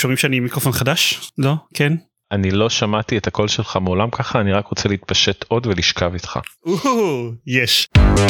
שומעים שאני עם מיקרופון חדש? לא? כן? אני לא שמעתי את הקול שלך מעולם ככה, אני רק רוצה להתפשט עוד ולשכב איתך. יש.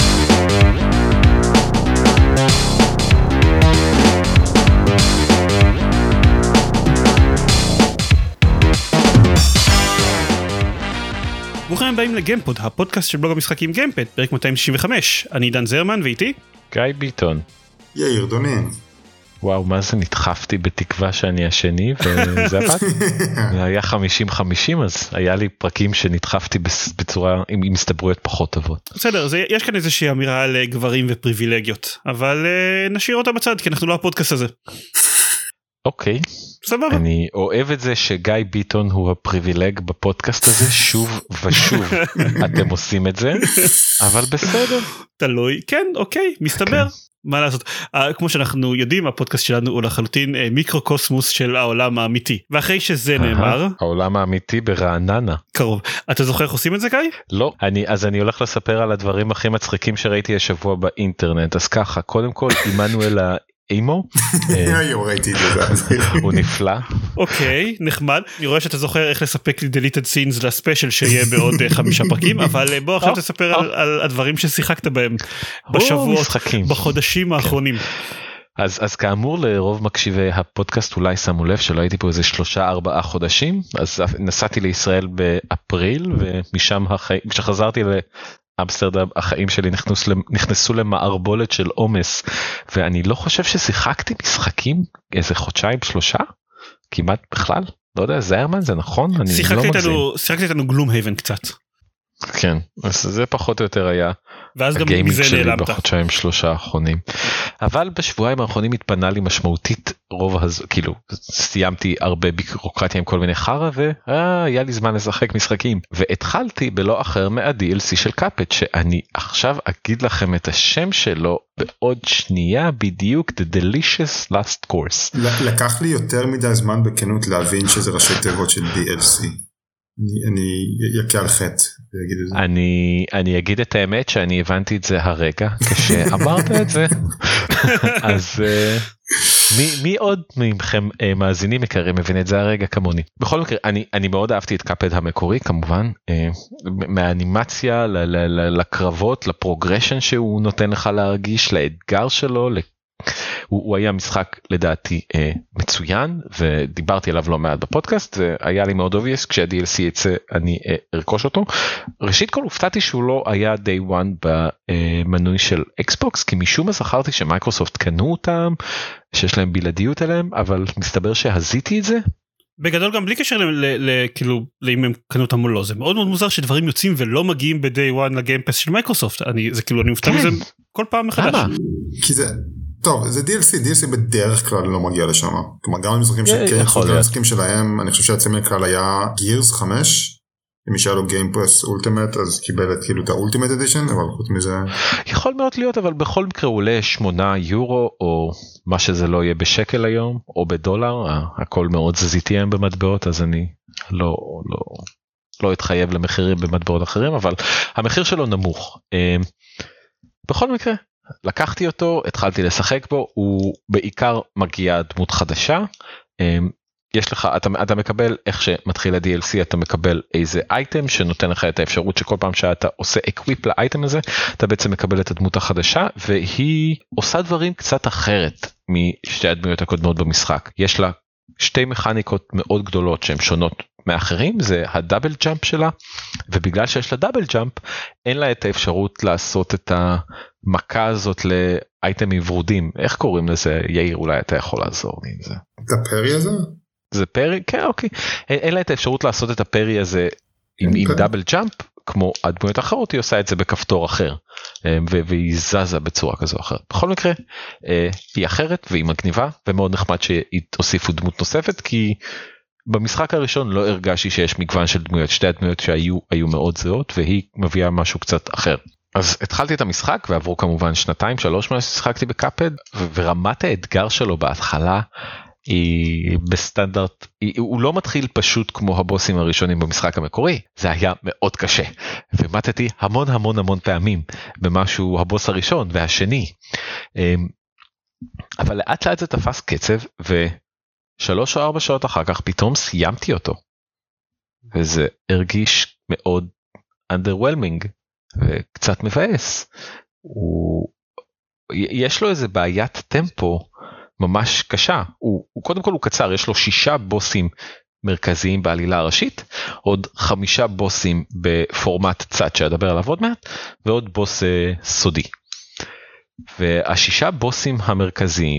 ברוכים הבאים לגיימפוד, הפודקאסט של בלוג המשחקים גיימפד, פרק 265. אני דן זרמן ואיתי גיא ביטון. יאיר דונין. וואו, מה זה נדחפתי בתקווה שאני השני וזה עבד. זה היה 50-50, אז היה לי פרקים שנדחפתי בצורה עם הסתברויות פחות טובות. בסדר, יש כאן איזושהי אמירה על גברים ופריבילגיות, אבל נשאיר אותה בצד כי אנחנו לא הפודקאסט הזה. אוקיי. סבבה. אני אוהב את זה שגיא ביטון הוא הפריבילג בפודקאסט הזה, שוב ושוב אתם עושים את זה, אבל בסדר. תלוי, כן, אוקיי, מסתבר. מה לעשות? כמו שאנחנו יודעים, הפודקאסט שלנו הוא לחלוטין מיקרוקוסמוס של העולם האמיתי. ואחרי שזה נאמר... העולם האמיתי ברעננה. קרוב. אתה זוכר איך עושים את זה, גיא? לא. אז אני הולך לספר על הדברים הכי מצחיקים שראיתי השבוע באינטרנט. אז ככה, קודם כל, עמנואל אימו. הוא נפלא. אוקיי, נחמד. אני רואה שאתה זוכר איך לספק לי deleted scenes לספיישל שיהיה בעוד 5 פרקים, אבל בוא עכשיו תספר על הדברים ששיחקת בהם בשבועות, בחודשים האחרונים. אז כאמור לרוב מקשיבי הפודקאסט אולי שמו לב שלא הייתי פה איזה 3-4 חודשים, אז נסעתי לישראל באפריל, ומשם כשחזרתי אמסטרדם החיים שלי נכנסו למערבולת של עומס, ואני לא חושב ששיחקתי משחקים איזה 2-3 כמעט בכלל, לא יודע, זיירמן זה נכון? שיחקתי איתנו גלום הייבן קצת. כן, אז זה פחות או יותר היה ואז גם הגיימינג מזה שלי נעלמת. ב2-3 האחרונים, אבל בשבועיים האחרונים התפנה לי משמעותית כאילו סיימתי הרבה בירוקרטיה עם כל מיני חרא והיה לי זמן לשחק משחקים, והתחלתי בלא אחר מה-DLC של קאפד, שאני עכשיו אגיד לכם את השם שלו בעוד שנייה בדיוק, The Delicious Last Course. לקח לי יותר מדי זמן בכנות להבין שזה ראשי תיבות של DLC. אני יקה על חטא ויגיד את זה. אני אגיד את האמת שאני הבנתי את זה הרגע כשאמרת את זה. אז מי עוד מכם מאזינים יקרים מבין את זה הרגע כמוני? בכל מקרה אני מאוד אהבתי את קאפד המקורי כמובן, מהאנימציה לקרבות, לפרוגרשן שהוא נותן לך להרגיש, לאתגר שלו, הוא היה משחק לדעתי מצוין, ודיברתי עליו לא מעט בפודקאסט, והיה לי מאוד obvious כשה-DLC יצא אני ארכוש אותו. ראשית כל הופתעתי שהוא לא היה day one במנוי של אקסבוקס, כי משום מה זכרתי שמייקרוסופט קנו אותם, שיש להם בלעדיות עליהם, אבל מסתבר שהזיתי את זה. בגדול גם בלי קשר כאילו אם הם קנו אותם או לא, זה מאוד מאוד מוזר שדברים יוצאים ולא מגיעים ב-day one לגיימפס של מייקרוסופט. אני מופתע מזה כל פעם מחדש. כי זה טוב, זה DLC בדרך כלל לא מגיע לשם. כלומר, גם המשחקים המשחקים שלהם, אני חושב שהצמל כלל היה Gears 5, אם שהיה לו Game Pass Ultimate, אז קיבל את כאילו את ה-Ultimate Edition, אבל חוץ מזה... יכול מאוד להיות, אבל בכל מקרה הוא עולה 8 יורו, או מה שזה לא יהיה בשקל היום, או בדולר, הכל מאוד זזיתי היום במטבעות, אז אני לא אתחייב למחירים במטבעות אחרים, אבל המחיר שלו נמוך. בכל מקרה, לקחתי אותו, התחלתי לשחק בו, הוא בעיקר מגיע דמות חדשה, יש לך, אתה מקבל, איך שמתחיל ה-DLC, אתה מקבל איזה אייטם שנותן לך את האפשרות שכל פעם שאתה עושה אקוויפ לאייטם הזה, אתה בעצם מקבל את הדמות החדשה, והיא עושה דברים קצת אחרת משתי הדמויות הקודמות במשחק. יש לה 2 מכניקות מאוד גדולות שהן שונות מאחרים, זה הדאבל ג'אמפ שלה, ובגלל שיש לה דאבל ג'אמפ, אין לה את האפשרות לעשות את המכה הזאת לאייטמים ורודים. איך קוראים לזה? יאיר, אולי אתה יכול לעזור לי עם זה. את הפרי הזה? זה פרי? כן, אוקיי. אין לה את האפשרות לעשות את הפרי הזה עם דאבל ג'אמפ, כמו הדמויות האחרות, היא עושה את זה בכפתור אחר, והיא זזה בצורה כזו או אחרת. בכל מקרה, היא אחרת והיא מגניבה, ומאוד נחמד שהיא תוסיפו דמות נוספת, כי במשחק הראשון לא הרגשתי שיש מגוון של דמויות, שתי הדמויות שהיו מאוד זהות, והיא מביאה משהו קצת אחר. אז התחלתי את המשחק, ועברו כמובן 2-3 מאז ששיחקתי בקאפד, ורמת האתגר שלו בהתחלה, היא בסטנדרט, הוא לא מתחיל פשוט כמו הבוסים הראשונים במשחק המקורי, זה היה מאוד קשה, ומתתי המון פעמים במשהו הבוס הראשון והשני, אבל לאט לאט זה תפס קצב, 3 או 4 שעות אחר כך פתאום סיימתי אותו. וזה הרגיש מאוד underwhelming וקצת מבאס. יש לו איזה בעיית טמפו ממש קשה. קודם כל הוא קצר, יש לו 6 בוסים מרכזיים בעלילה הראשית, עוד 5 בוסים בפורמט צד שאדבר עליו עוד מעט, ועוד בוס סודי. וה6 בוסים המרכזיים,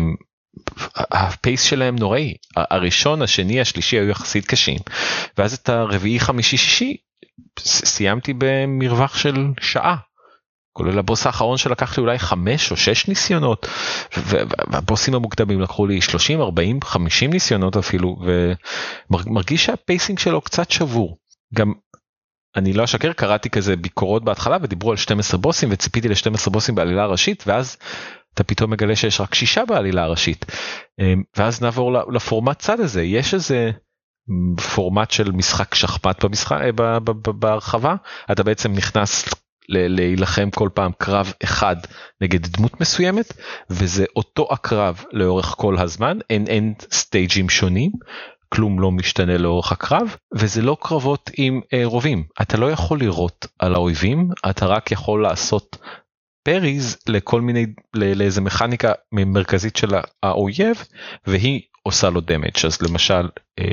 הפייס שלהם נוראי. הראשון, השני, השלישי היו יחסית קשים, ואז את הרביעי, חמישי, שישי, סיימתי במרווח של שעה. כולל הבוס האחרון שלקח לי אולי 5 או 6 ניסיונות, והבוסים המוקדמים לקחו לי 30, 40, 50 ניסיונות אפילו, ומרגיש שהפייסינג שלו קצת שבור. גם, אני לא אשקר, קראתי כזה ביקורות בהתחלה, ודיברו על 12 בוסים, וציפיתי ל-12 בוסים בעלילה הראשית, ואז אתה פתאום מגלה שיש רק 6 בעלילה הראשית. ואז נעבור לפורמט צד הזה, יש איזה פורמט של משחק שחמט בהרחבה, אתה בעצם נכנס להילחם כל פעם קרב אחד נגד דמות מסוימת, וזה אותו הקרב לאורך כל הזמן, אין סטייג'ים שונים, כלום לא משתנה לאורך הקרב, וזה לא קרבות עם רובים, אתה לא יכול לירות על האויבים, אתה רק יכול לעשות פריז לכל מיני, לאיזה מכניקה מרכזית של האויב, והיא עושה לו דמג'. אז למשל,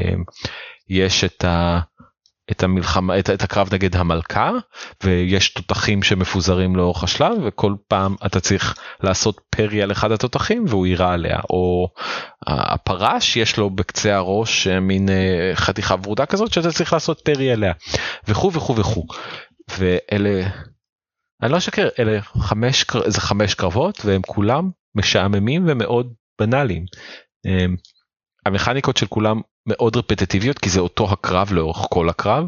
יש את המלחמה, את הקרב נגד המלכה, ויש תותחים שמפוזרים לאורך השלב, וכל פעם אתה צריך לעשות פרי על אחד התותחים, והוא יירה עליה. או הפרש, יש לו בקצה הראש מין חתיכה ורודה כזאת, שאתה צריך לעשות פרי עליה, וכו' וכו' וכו'. ואלה, אני לא אשקר, אלה 5 קרבות, והם כולם משעממים ומאוד בנאליים. המכניקות של כולם מאוד רפטטיביות, כי זה אותו הקרב לאורך כל הקרב,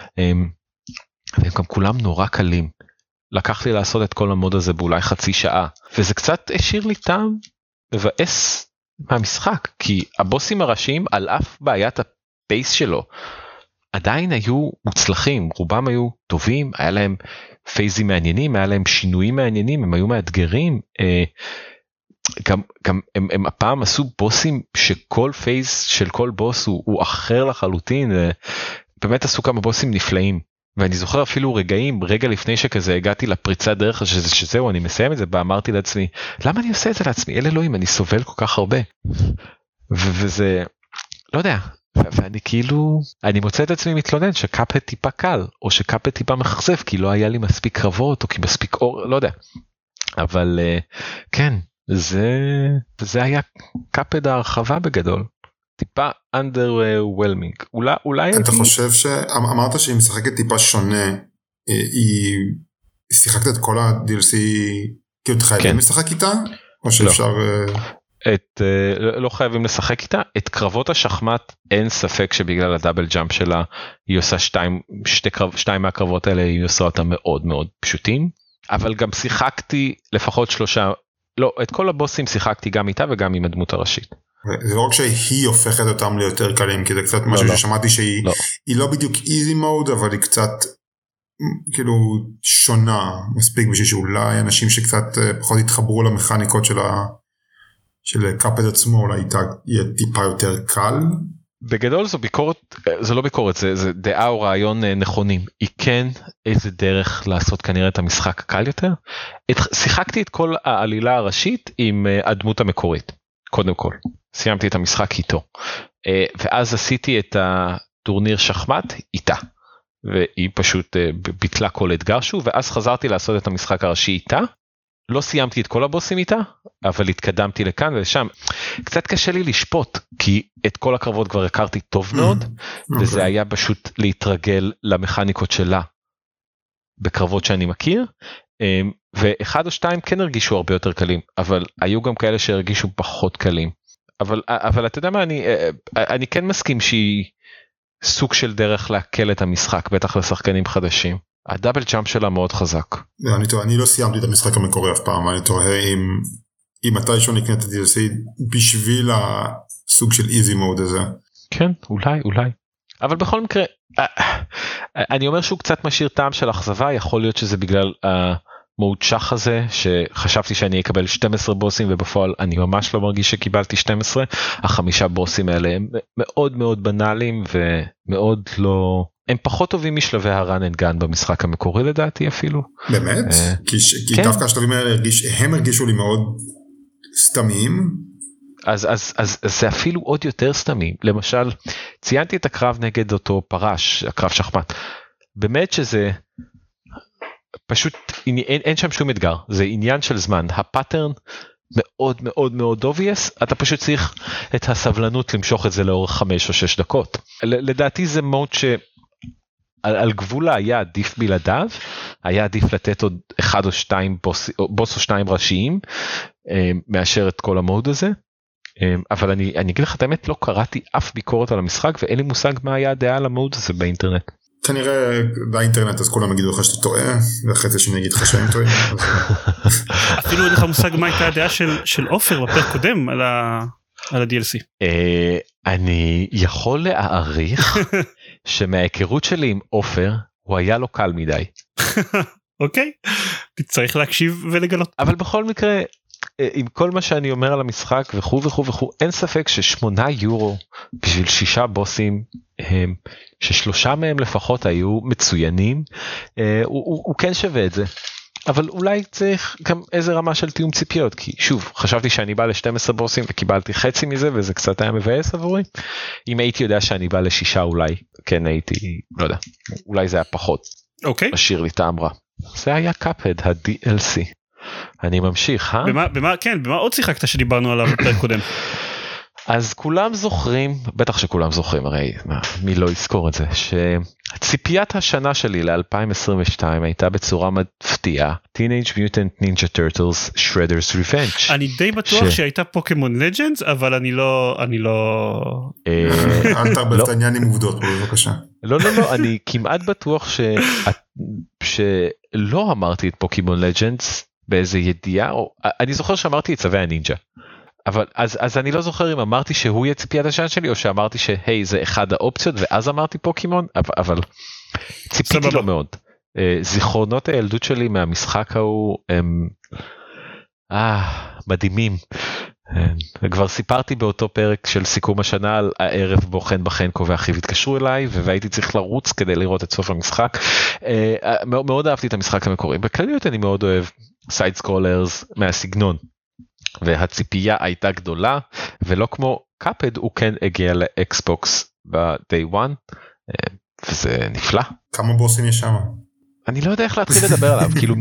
והם גם כולם נורא קלים. לקח לי לעשות את כל המוד הזה באולי חצי שעה, וזה קצת השאיר לי טעם מבאס מהמשחק, כי הבוסים הראשיים, על אף בעיית הפייס שלו, עדיין היו מוצלחים, רובם היו טובים, היה להם פייזים מעניינים, היה להם שינויים מעניינים, הם היו מאתגרים, גם הם הפעם עשו בוסים שכל פייז של כל בוס הוא אחר לחלוטין, באמת עשו כמה בוסים נפלאים, ואני זוכר אפילו רגע לפני שכזה הגעתי לפריצת דרך שזהו אני מסיים את זה, אמרתי לעצמי, למה אני עושה את זה לעצמי? אל אלוהים, אני סובל כל כך הרבה, וזה, לא יודע, ואני כאילו, אני מוצא את עצמי מתלונן שקאפד טיפה קל, או שקאפד טיפה מחזב, כי לא היה לי מספיק קרבות, או כי מספיק אור, לא יודע, אבל כן, זה היה קאפד ההרחבה בגדול, טיפה underwhelming. אולי אתה חושב שאמרת שהיא משחקת טיפה שונה, היא שיחקת את כל ה-DLC, כאילו אתה חייבים לשחק איתה? או שאפשר... לא חייבים לשחק איתה. את קרבות השחמט אין ספק שבגלל הדאבל ג'אמפ שלה היא עושה 2 מהקרבות האלה, היא עושה אותם מאוד מאוד פשוטים, אבל גם שיחקתי לפחות 3, לא, את כל הבוסים שיחקתי גם איתה וגם עם הדמות הראשית. זה לא רק שהיא הופכת אותם ליותר קלים, כי זה קצת משהו ששמעתי שהיא לא בדיוק easy mode, אבל היא קצת כאילו שונה מספיק, בשביל שאולי אנשים שקצת פחות התחברו למכניקות של קאפד עצמו, אולי יהיה טיפה יותר קל. בגדול זו ביקורת, זה לא ביקורת, זה דעה או רעיון נכונים. היא כן איזה דרך לעשות כנראה את המשחק קל יותר. שיחקתי את כל העלילה הראשית עם הדמות המקורית, קודם כל. סיימתי את המשחק איתו. ואז עשיתי את הטורניר שחמט איתה. והיא פשוט ביטלה כל אתגר שוב, ואז חזרתי לעשות את המשחק הראשי איתה. לא סיימתי את כל הבוסים איתה, אבל התקדמתי לכאן ולשם. קצת קשה לי לשפוט, כי את כל הקרבות כבר הכרתי טוב מאוד, וזה היה פשוט להתרגל למכניקות שלה, בקרבות שאני מכיר, ואחד או 2 כן הרגישו הרבה יותר קלים, אבל היו גם כאלה שהרגישו פחות קלים. אבל אתה יודע מה, אני כן מסכים שהיא סוג של להקל את המשחק, בטח לשחקנים חדשים. הדאבל ג'אמפ שלה מאוד חזק. אני לא סיימתי את המשחק המקורי אף פעם, אני תוהה אם מתישהו נקנה את ה-DLC בשביל הסוג של איזי מוד הזה. כן, אולי. אבל בכל מקרה, אני אומר שהוא קצת משאיר טעם של אכזבה, יכול להיות שזה בגלל המוד שח הזה, שחשבתי שאני אקבל 12 בוסים, ובפועל אני ממש לא מרגיש שקיבלתי 12, 5 בוסים האלה הם מאוד מאוד בנאליים, ומאוד לא, הם פחות טובים משלבי הרן אנד גן במשחק המקורי לדעתי אפילו. באמת? כי דווקא השלבים האלה הם הרגישו לי מאוד סתמיים. אז זה אפילו עוד יותר סתמים. למשל, ציינתי את הקרב נגד אותו פרש, הקרב שחמט. באמת שזה פשוט, אין שם שום אתגר, זה עניין של זמן. הפאטרן מאוד מאוד מאוד obvious, אתה פשוט צריך את הסבלנות למשוך את זה לאורך 5 או 6 דקות. לדעתי זה מוד על גבול היה עדיף בלעדיו, היה עדיף לתת עוד 1 או 2 בוס או 2 ראשיים, מאשר את כל המוד הזה. אבל אני אגיד לך את האמת, לא קראתי אף ביקורת על המשחק, ואין לי מושג מה היה הדעה על המוד הזה באינטרנט. כנראה באינטרנט אז כולם יגידו לך שאתה טועה, ואחרי זה שאני אגיד לך שהם טועים. אפילו אין לך מושג מה הייתה הדעה של אופר בפרק קודם על ה-DLC. אני יכול להעריך שמההיכרות שלי עם אופר, הוא היה לא קל מדי. אוקיי, תצטרך להקשיב ולגלות. אבל בכל מקרה, עם כל מה שאני אומר על המשחק וכו' וכו' וכו', אין ספק ש8 יורו בשביל 6 בוסים, ש3 מהם לפחות היו מצוינים, הוא כן שווה את זה. אבל אולי צריך גם איזה רמה של תיאום ציפיות, כי שוב, חשבתי שאני בא ל12 בוסים וקיבלתי חצי מזה, וזה קצת היה מבאס עבורי. אם הייתי יודע שאני בא ל6 אולי, כן הייתי, לא יודע, אולי זה היה פחות. אוקיי. משאיר לי טעם רע. זה היה קאפהד, ה-DLC. אני ממשיך, במה עוד שיחקת שדיברנו עליו בפרק קודם? אז כולם זוכרים, בטח שכולם זוכרים, הרי מי לא יזכור את זה, שציפיית השנה שלי ל-2022 הייתה בצורה מפתיעה, Teenage Mutant Ninja Turtles Shredder's Revenge. אני די בטוח שהייתה פוקימון לג'נדס, אבל אני לא... אל תרבב את העניין עם עובדות, בבקשה. לא, אני כמעט בטוח שלא אמרתי את פוקימון לג'נדס באיזה ידיעה, אני זוכר שאמרתי את צווי הנינג'ה. אבל אז אני לא זוכר אם אמרתי שהוא יהיה ציפיית השנה שלי, או שאמרתי שהי זה אחד האופציות, ואז אמרתי פוקימון, אבל ציפיתי לו מאוד. זיכרונות הילדות שלי מהמשחק ההוא הם מדהימים. וכבר סיפרתי באותו פרק של סיכום השנה על הערב בו חן בחן ואחיו התקשרו אליי, והייתי צריך לרוץ כדי לראות את סוף המשחק. מאוד אהבתי את המשחק המקורי. בכלליות אני מאוד אוהב סייד סקרולרס מהסגנון. והציפייה הייתה גדולה, ולא כמו קאפד, הוא כן הגיע לאקסבוקס ב-day one, וזה נפלא. כמה בוסים יש שם? אני לא יודע איך להתחיל לדבר עליו, כאילו,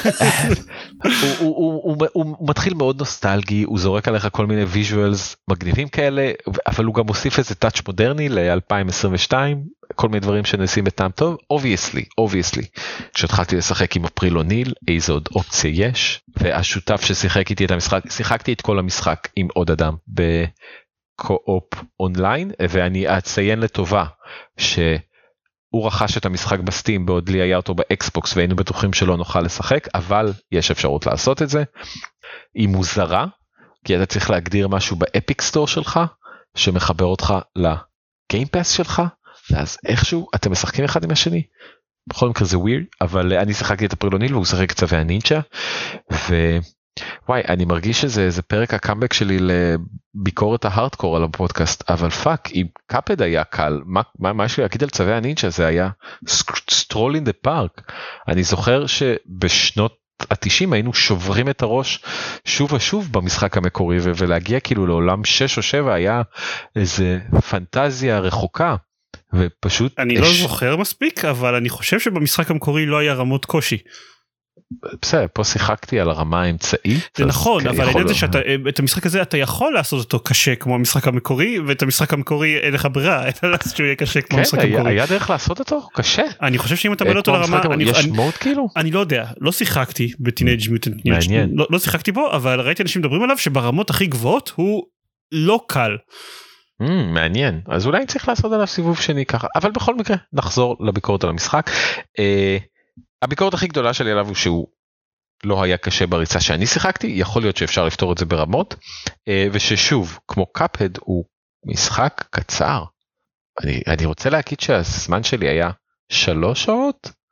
הוא מתחיל מאוד נוסטלגי, הוא זורק עליך כל מיני ויז'ואלס מגניבים כאלה, אבל הוא גם מוסיף איזה טאץ' מודרני ל-2022, כל מיני דברים שנעשים בטעם טוב, obviously, כשהתחלתי לשחק עם אפריל אוניל, איזו עוד אופציה יש, והשותף ששיחק איתי את המשחק, שיחקתי את כל המשחק עם עוד אדם בקו-אופ אונליין, ואני אציין לטובה שהוא רכש את המשחק בסטים, בעוד לי היה אותו באקסבוקס, והיינו בטוחים שלא נוכל לשחק, אבל יש אפשרות לעשות את זה. היא מוזרה, כי אתה צריך להגדיר משהו באפיק סטור שלך, שמחבר אותך לגיימפס שלך, אז איכשהו אתם משחקים אחד עם השני, בכל מקרה זה ווירד, אבל אני שיחקתי את הפרילוניל והוא שיחק את צווי הנינג'ה, ווואי, אני מרגיש שזה פרק הקאמבק שלי לביקורת ההארדקור על הפודקאסט, אבל פאק, אם קאפד היה קל, מה יש לי להגיד על צווי הנינג'ה? זה היה סטרול אין דה פארק. אני זוכר שבשנות ה-90 היינו שוברים את הראש שוב ושוב במשחק המקורי, ולהגיע כאילו לעולם 6 או 7 היה איזה פנטזיה רחוקה. ופשוט אני לא זוכר מספיק, אבל אני חושב שבמשחק המקורי לא היה רמות קושי. בסדר, פה שיחקתי על הרמה האמצעית. זה נכון, אבל העניין זה שאת המשחק הזה אתה יכול לעשות אותו קשה כמו המשחק המקורי, ואת המשחק המקורי אין לך ברירה, אין לך לעשות שהוא יהיה קשה כמו המשחק המקורי. היה דרך לעשות אותו קשה? אני חושב שאם אתה בא אותו לרמה, יש מוד כאילו? אני לא יודע, לא שיחקתי ב-Teenage Mutant Ninja, לא שיחקתי בו, אבל ראיתי אנשים מדברים עליו שברמות הכי גבוהות הוא לא קל. מעניין, אז אולי צריך לעשות עליו סיבוב שני ככה, אבל בכל מקרה נחזור לביקורת על המשחק. הביקורת הכי גדולה שלי עליו הוא שהוא לא היה קשה בריצה שאני שיחקתי, יכול להיות שאפשר לפתור את זה ברמות, וששוב, כמו קאפהד הוא משחק קצר. אני רוצה להגיד שהזמן שלי היה 3 שעות,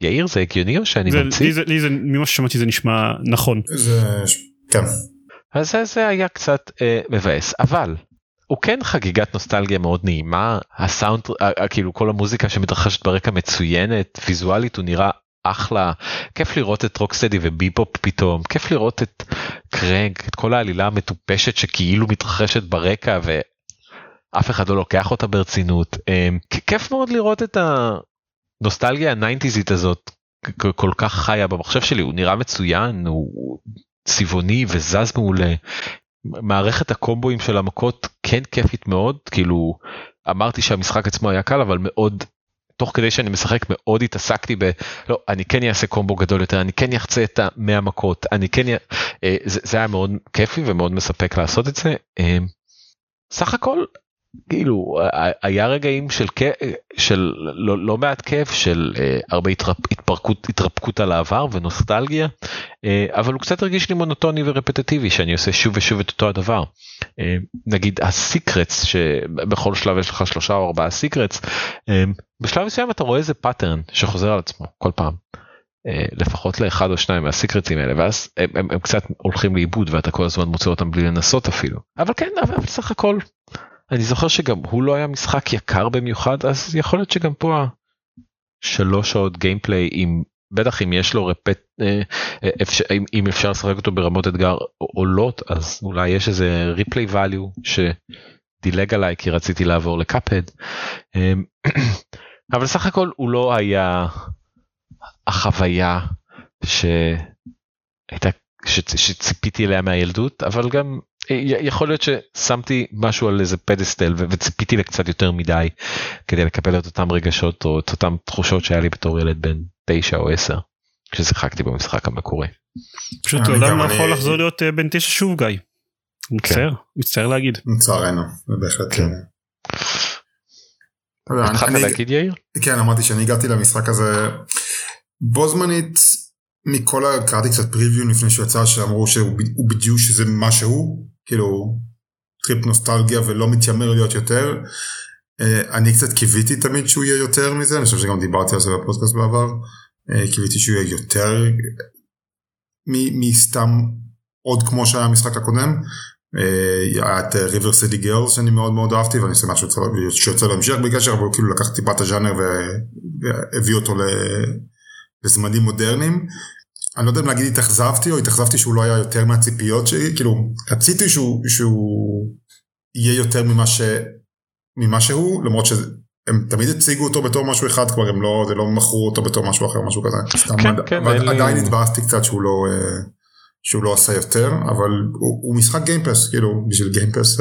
יאיר, זה הגיוני או שאני ממציא? לי זה, ממה ששמעתי זה נשמע נכון. כן. אז זה היה קצת מבאס, אבל הוא כן חגיגת נוסטלגיה מאוד נעימה, הסאונד, כאילו כל המוזיקה שמתרחשת ברקע מצוינת, ויזואלית הוא נראה אחלה, כיף לראות את רוקסטדי וביפופ פתאום, כיף לראות את קרנק, את כל העלילה המטופשת שכאילו מתרחשת ברקע ואף אחד לא לוקח אותה ברצינות, כיף מאוד לראות את הנוסטלגיה הניינטיזית הזאת כל כך חיה במחשב שלי, הוא נראה מצוין, הוא צבעוני וזז מעולה, מערכת הקומבואים של המכות כן כיפית מאוד, כאילו אמרתי שהמשחק עצמו היה קל אבל מאוד, תוך כדי שאני משחק מאוד התעסקתי לא, אני כן אעשה קומבו גדול יותר, אני כן יחצה את 100 מכות, אני כן, זה היה מאוד כיפי ומאוד מספק לעשות את זה, סך הכל, כאילו, היה רגעים של לא מעט כיף, של הרבה התרפקות על העבר ונוסטלגיה, אבל הוא קצת הרגיש לי מונוטוני ורפטטיבי, שאני עושה שוב ושוב את אותו הדבר. נגיד הסיקרטס, שבכל שלב יש לך 3 או 4 סיקרטס, בשלב מסוים אתה רואה איזה פאטרן שחוזר על עצמו כל פעם. לפחות ל1 או 2 מהסיקרטים האלה, ואז הם קצת הולכים לאיבוד, ואתה כל הזמן מוצא אותם בלי לנסות אפילו. אבל כן, אבל סך הכל, אני זוכר שגם הוא לא היה משחק יקר במיוחד, אז יכול להיות שגם פה 3 שעות גיימפליי, בטח אם יש לו אם אפשר לשחק אותו ברמות אתגר עולות, אז אולי יש איזה ריפליי ואליו שדילג עליי, כי רציתי לעבור לקאפד. אבל סך הכל הוא לא היה החוויה שציפיתי אליה מהילדות, אבל גם יכול להיות ששמתי משהו על איזה פדסטל וציפיתי לקצת יותר מדי כדי לקבל את אותם רגשות או את אותם תחושות שהיה לי בתור ילד בן 9 או 10 כששיחקתי במשחק המקורי. פשוט לעולם לא יכול לחזור להיות בן 9 שוב, גיא. מצטער להגיד. מצטערנו, בהחלט. התחלת להגיד, יאיר? כן, אמרתי שאני הגעתי למשחק הזה בו זמנית, מכל קראתי קצת פריוויו לפני שהוא יצא, שאמרו שהוא בדיוק שזה מה שהוא, כאילו טריפ נוסטלגיה ולא מתיימר להיות יותר. אני קצת קיוויתי תמיד שהוא יהיה יותר מזה, אני חושב שגם דיברתי על זה בפודקאסט בעבר, קיוויתי שהוא יהיה יותר מסתם עוד כמו שהיה המשחק הקודם. היה את ריבר סיטי גרלס שאני מאוד מאוד אהבתי, ואני שמח שיוצא להמשך בקשר, אבל הוא כאילו לקח טיפה את הז'אנר והביא אותו לזמנים מודרניים. אני לא יודע אם להגיד התאכזבתי, או התאכזבתי שהוא לא היה יותר מהציפיות שלי, כאילו רציתי שהוא יהיה יותר ממה שהוא, למרות שהם תמיד הציגו אותו בתור משהו אחד, כבר הם לא מכרו אותו בתור משהו אחר, משהו כזה. אבל עדיין התבאסתי קצת שהוא לא עשה יותר, אבל הוא משחק גיימפס, כאילו בשביל גיימפס,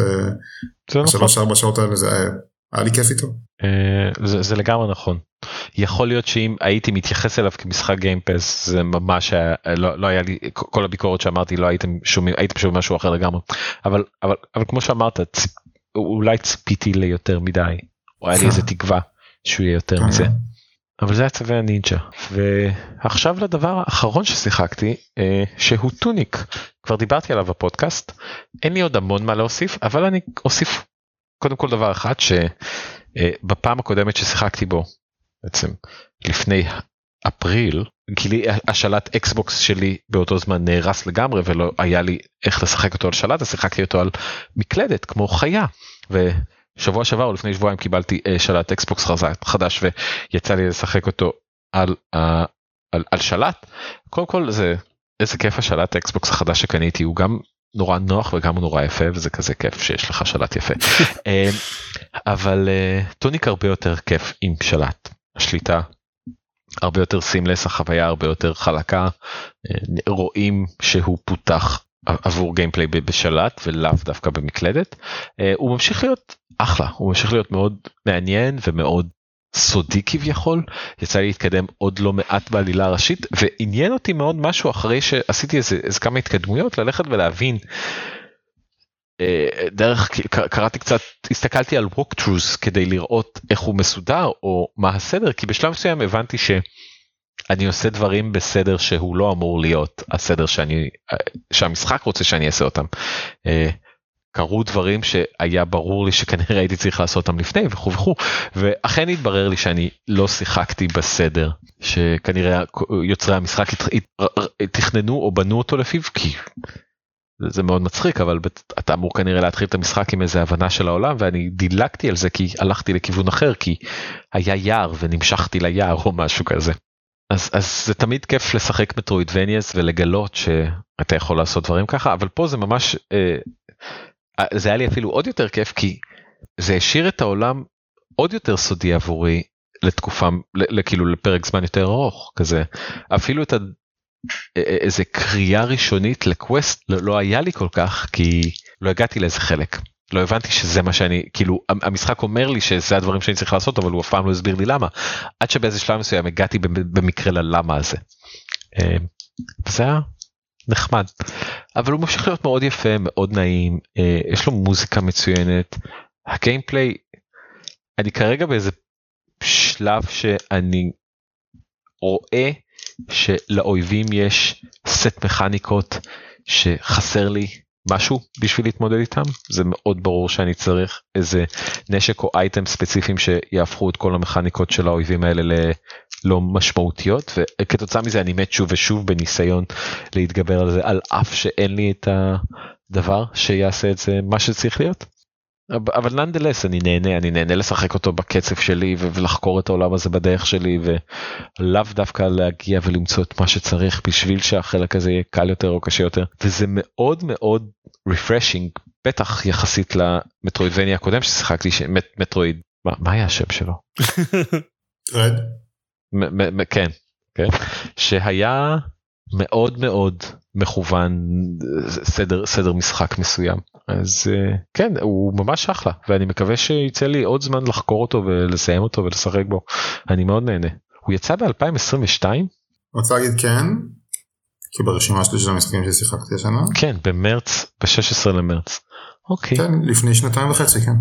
3-4 שעות האלה זה היה לי כיף איתו. זה לגמרי נכון. יכול להיות שאם הייתי מתייחס אליו כמשחק גיימפס, זה ממש לא היה לי, כל הביקורת שאמרתי, לא הייתם שומעים משהו אחר לגמרי. אבל כמו שאמרת, אולי ציפיתי ליותר מדי, או היה לי איזה תקווה שהוא יהיה יותר מזה. אבל זה היה צווי הנינג'ה. ועכשיו לדבר האחרון ששיחקתי, שהוא טוניק. כבר דיברתי עליו בפודקאסט, אין לי עוד המון מה להוסיף, אבל אני אוסיף קודם כל דבר אחד, שבפעם הקודמת ששיחקתי בו, בעצם לפני אפריל, גילי השלט אקסבוקס שלי באותו זמן נהרס לגמרי, ולא היה לי איך לשחק אותו על שלט, אז שיחקתי אותו על מקלדת, כמו חיה, ושבוע שעבר או לפני שבועיים קיבלתי שלט אקסבוקס חדש, ויצא לי לשחק אותו על שלט. קודם כל איזה כיף השלט האקסבוקס החדש שקניתי, הוא גם נורא נוח וגם נורא יפה, וזה כזה כיף שיש לך שלט יפה. אבל טוניק הרבה יותר כיף עם שלט. השליטה הרבה יותר סימלס, החוויה הרבה יותר חלקה, רואים שהוא פותח עבור גיימפליי בשלט ולאו דווקא במקלדת. הוא ממשיך להיות אחלה, הוא ממשיך להיות מאוד מעניין ומאוד סודי כביכול. יצא לי להתקדם עוד לא מעט בעלילה הראשית, ועניין אותי מאוד משהו אחרי שעשיתי איזה כמה התקדמויות, ללכת ולהבין קראתי קצת, הסתכלתי על walkthroughs כדי לראות איך הוא מסודר או מה הסדר, כי בשלב מסוים הבנתי שאני עושה דברים בסדר שהוא לא אמור להיות הסדר שהמשחק רוצה שאני אעשה אותם. קרו דברים שהיה ברור לי שכנראה הייתי צריך לעשות אותם לפני וכו' וכו', ואכן התברר לי שאני לא שיחקתי בסדר, שכנראה יוצרי המשחק תכננו או בנו אותו לפיו, כי זה מאוד מצחיק, אבל אתה אמור כנראה להתחיל את המשחק עם איזו הבנה של העולם, ואני דילגתי על זה כי הלכתי לכיוון אחר, כי היה יער ונמשכתי ליער או משהו כזה. אז זה תמיד כיף לשחק מטרואידבניאס ולגלות שאתה יכול לעשות דברים ככה, אבל פה זה ממש, זה היה לי אפילו עוד יותר כיף, כי זה השאיר את העולם עוד יותר סודי עבורי לתקופה, כאילו לפרק זמן יותר ארוך כזה, אפילו את איזה קריאה ראשונית לקווסט לא היה לי כל כך, כי לא הגעתי לאיזה חלק, לא הבנתי שזה מה שאני, כאילו המשחק אומר לי שזה הדברים שאני צריך לעשות, אבל הוא אף פעם לא הסביר לי למה, עד שבאיזה שלב מסוים הגעתי במקרה ללמה הזה. זה היה נחמד, אבל הוא ממשיך להיות מאוד יפה, מאוד נעים, יש לו מוזיקה מצוינת, הגיימפליי, אני כרגע באיזה שלב שאני רואה שלאויבים יש סט מכניקות שחסר לי משהו בשביל להתמודד איתם, זה מאוד ברור שאני צריך איזה נשק או אייטם ספציפיים שיהפכו את כל המכניקות של האויבים האלה ללא משמעותיות, וכתוצאה מזה אני מת שוב ושוב בניסיון להתגבר על זה, על אף שאין לי את הדבר שיעשה את זה מה שצריך להיות. אבל nonetheless אני נהנה לשחק אותו בקצב שלי ולחקור את העולם הזה בדרך שלי, ולאו דווקא להגיע ולמצוא את מה שצריך בשביל שהחלק הזה יהיה קל יותר או קשה יותר, וזה מאוד מאוד refreshing, בטח יחסית למטרואידבניה הקודם ששיחקתי, מטרואיד, מה היה השם שלו? רד? כן, שהיה מאוד מאוד מכוון סדר משחק מסוים, אז כן, הוא ממש אחלה, ואני מקווה שיצא לי עוד זמן לחקור אותו ולסיים אותו ולשחק בו, אני מאוד נהנה. הוא יצא ב-2022? רוצה להגיד כן, כי ברשימה שלי של המשחקים ששיחקתי השנה. כן, במרץ, ב-16 למרץ. אוקיי. כן, לפני 2.5, כן.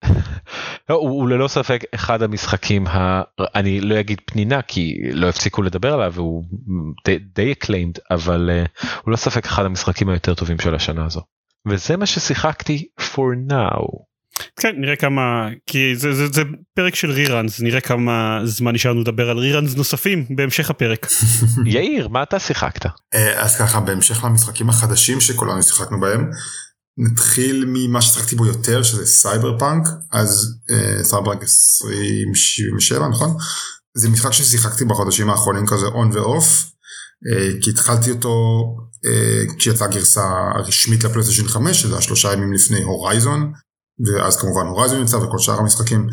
הוא ללא ספק אחד המשחקים, אני לא אגיד פנינה כי לא הפסיקו לדבר עליו והוא די acclaimed, אבל הוא לא ספק אחד המשחקים היותר טובים של השנה הזו, וזה מה ששיחקתי for now. כן, נראה כמה, כי זה פרק של ריראנס, נראה כמה זמן נשארנו לדבר על ריראנס נוספים בהמשך הפרק. יאיר, מה אתה שיחקת? אז ככה, בהמשך למשחקים החדשים שכולנו שיחקנו בהם, נתחיל ממה ששחקתי בו יותר, שזה סייבר פאנק, אז סייבר פאנק 2077, נכון? זה משחק ששיחקתי בחודשים האחרונים כזה on ו-off, כי התחלתי אותו כשיצאה הגרסה הרשמית לפלייסטיישן 5, שזה 3 ימים לפני הורייזון, ואז כמובן הורייזון יצא וכל שאר המשחקים,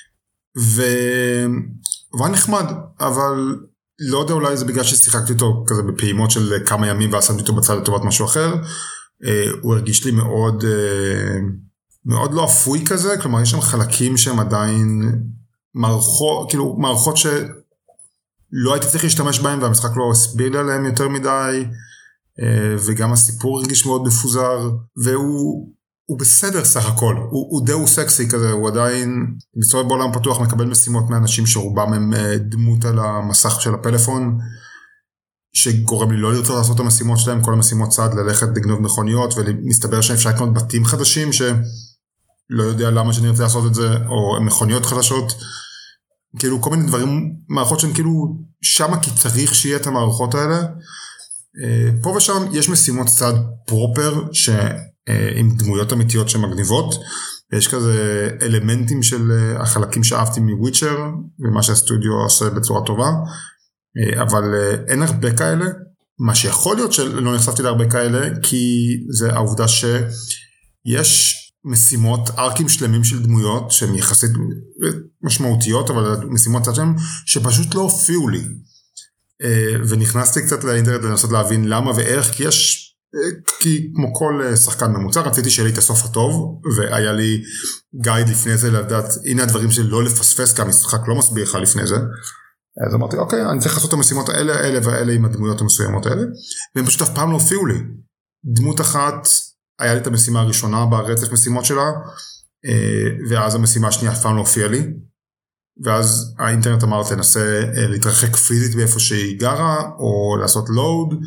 והוא נחמד, אבל לא יודע, אולי זה בגלל ששיחקתי אותו כזה בפעימות של כמה ימים, ואז שמתי אותו בצד לטובת משהו אחר, הוא הרגיש לי מאוד, מאוד לא אפוי כזה, כלומר יש שם חלקים שהם עדיין מערכות שלא הייתי צריך להשתמש בהם, והמשחק לא הסביר לי עליהם יותר מדי, וגם הסיפור הרגיש מאוד מפוזר, והוא בסדר סך הכל, הוא די סקסי כזה, הוא עדיין מסתובב בעולם פתוח, מקבל משימות מאנשים שרובם הם דמות על המסך של הפלאפון, שגורם לי לא לרצות לעשות את המשימות שלהם, כל המשימות צד ללכת לגנוב מכוניות, ומסתבר שאפשר לקנות בתים חדשים, שלא יודע למה שאני רוצה לעשות את זה, או מכוניות חדשות, כאילו כל מיני דברים, מערכות שהן כאילו שמה כי צריך שיהיה את המערכות האלה, פה ושם יש משימות צד פרופר, עם דמויות אמיתיות שמגניבות, ויש כזה אלמנטים של החלקים שאהבתי מוויצ'ר, ומה שהסטודיו עושה בצורה טובה, אבל אין הרבה כאלה, מה שיכול להיות שלא נחשפתי להרבה כאלה, כי זה העובדה שיש משימות, ארקים שלמים של דמויות, שהן יחסית משמעותיות, אבל משימות צד שם, שפשוט לא הופיעו לי, ונכנסתי קצת לאינטרנט לנסות להבין למה ואיך, כי כמו כל שחקן ממוצע, רציתי שיהיה לי את הסוף הטוב, והיה לי גייד לפני זה לדעת, הנה הדברים שלי לא לפספס, כי המשחק לא מסביר לך לפני זה, אז אמרתי, אוקיי, אני צריך לעשות את המשימות האלה, אלה ואלה עם הדמויות המסוימות האלה, והם פשוט אף פעם לא הופיעו לי. דמות אחת, היה לי את המשימה הראשונה ברצף משימות שלה, ואז המשימה השנייה אף פעם לא הופיעה לי, ואז האינטרנט אמר, תנסה להתרחק פיזית באיפה שהיא גרה, או לעשות לואוד,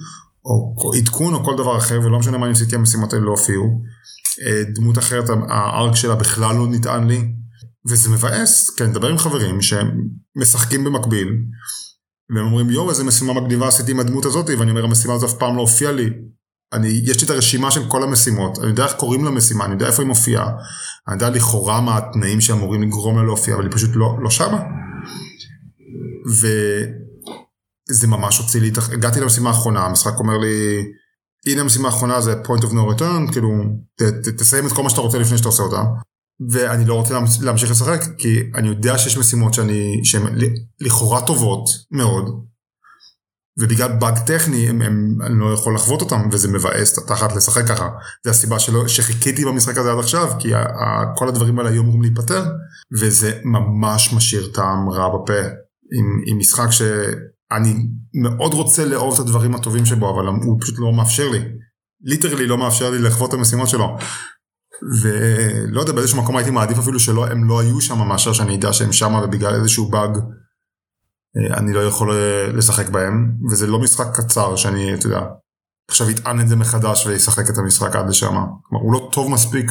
או עדכון או כל דבר אחר, ולא משנה מה ניסיתי, המשימות האלה לא הופיעו. דמות אחרת, הארק שלה בכלל לא נטען לי, וזה מבאס, כי אני מדבר עם חברים שמשחקים במקביל, והם אומרים, יו, איזה משימה מגניבה עשיתי עם הדמות הזאת, ואני אומר, המשימה הזאת אף פעם לא הופיעה לי. יש לי את הרשימה של כל המשימות, אני יודע איך קוראים למשימה, אני יודע איפה היא מופיעה, אני יודע לכאורה מה התנאים שאמורים לגרום לה להופיע, אבל היא פשוט לא שמה. וזה ממש הוציא לי, הגעתי למשימה האחרונה, המשחק אומר לי, הנה המשימה האחרונה זה point of no return, כאילו, תסיים את כל מה שאתה רוצה לפני שאתה עושה אותה, ואני לא רוצה להמשיך לשחק, כי אני יודע שיש משימות שהן לכאורה טובות מאוד, ובגלל באג טכני, אני לא יכול לחוות אותם, וזה מבאס תחת לשחק ככה. זה הסיבה שחיכיתי במשחק הזה עד עכשיו, כי כל הדברים האלה היו אמורים להיפטר, וזה ממש משאיר טעם רע בפה, עם משחק שאני מאוד רוצה לאהוב את הדברים הטובים שבו, אבל הוא פשוט לא מאפשר לי. ליטרלי לא מאפשר לי לחוות את המשימות שלו. ולא יודע, באיזשהו מקום הייתי מעדיף אפילו שהם לא היו שם, מאשר שאני יודע שהם שם, ובגלל איזשהו באג, אני לא יכול לשחק בהם, וזה לא משחק קצר שאני, אתה יודע, עכשיו יטען את זה מחדש וישחק את המשחק עד לשם. כלומר, הוא לא טוב מספיק